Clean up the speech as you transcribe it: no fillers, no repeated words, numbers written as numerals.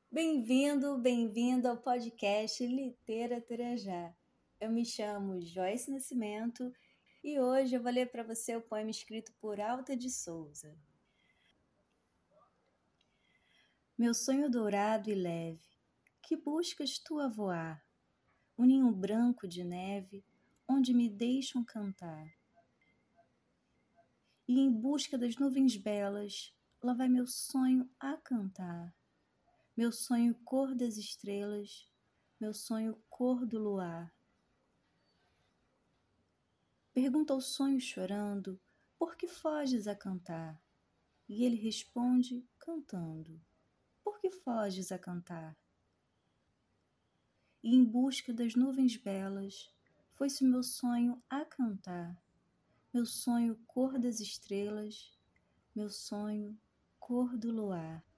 Bem-vindo, bem-vinda ao podcast Literatura Já. Eu me chamo Joyce Nascimento e hoje eu vou ler para você o poema escrito por Alta de Souza. Meu sonho dourado e leve, que buscas tu a voar? Um ninho branco de neve, onde me deixam cantar. E em busca das nuvens belas, lá vai meu sonho a cantar. Meu sonho cor das estrelas, meu sonho cor do luar. Pergunta ao sonho chorando, por que foges a cantar? E ele responde cantando, por que foges a cantar? E em busca das nuvens belas, foi-se meu sonho a cantar. Meu sonho cor das estrelas, meu sonho cor do luar.